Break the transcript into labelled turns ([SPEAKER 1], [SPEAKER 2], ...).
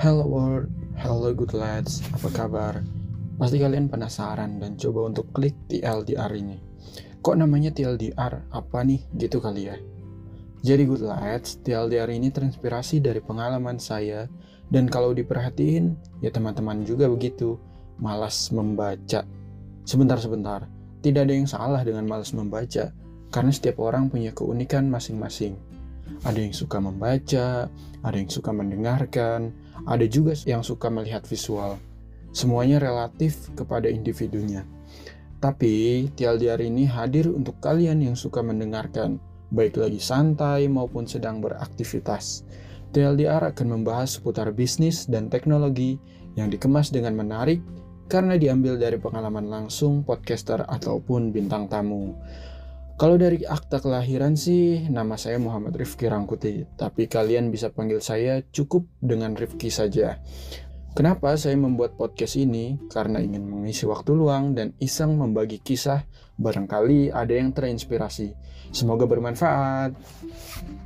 [SPEAKER 1] Hello world, hello good lads, apa kabar? Pasti kalian penasaran dan coba untuk klik TLDR ini. Kok namanya TLDR? Apa nih? Gitu kali ya. Jadi good lads, TLDR ini terinspirasi dari pengalaman saya. Dan kalau diperhatiin, ya teman-teman juga begitu. Malas membaca. Sebentar, tidak ada yang salah dengan malas membaca. Karena setiap orang punya keunikan masing-masing. Ada yang suka membaca, ada yang suka mendengarkan, ada juga yang suka melihat visual. Semuanya relatif kepada individunya. Tapi, TLDR ini hadir untuk kalian yang suka mendengarkan, baik lagi santai maupun sedang beraktivitas. TLDR akan membahas seputar bisnis dan teknologi yang dikemas dengan menarik karena diambil dari pengalaman langsung podcaster ataupun bintang tamu. Kalau dari akta kelahiran sih, nama saya Muhammad Rifki Rangkuti, tapi kalian bisa panggil saya cukup dengan Rifki saja. Kenapa saya membuat podcast ini? Karena ingin mengisi waktu luang dan iseng membagi kisah, barangkali ada yang terinspirasi. Semoga bermanfaat.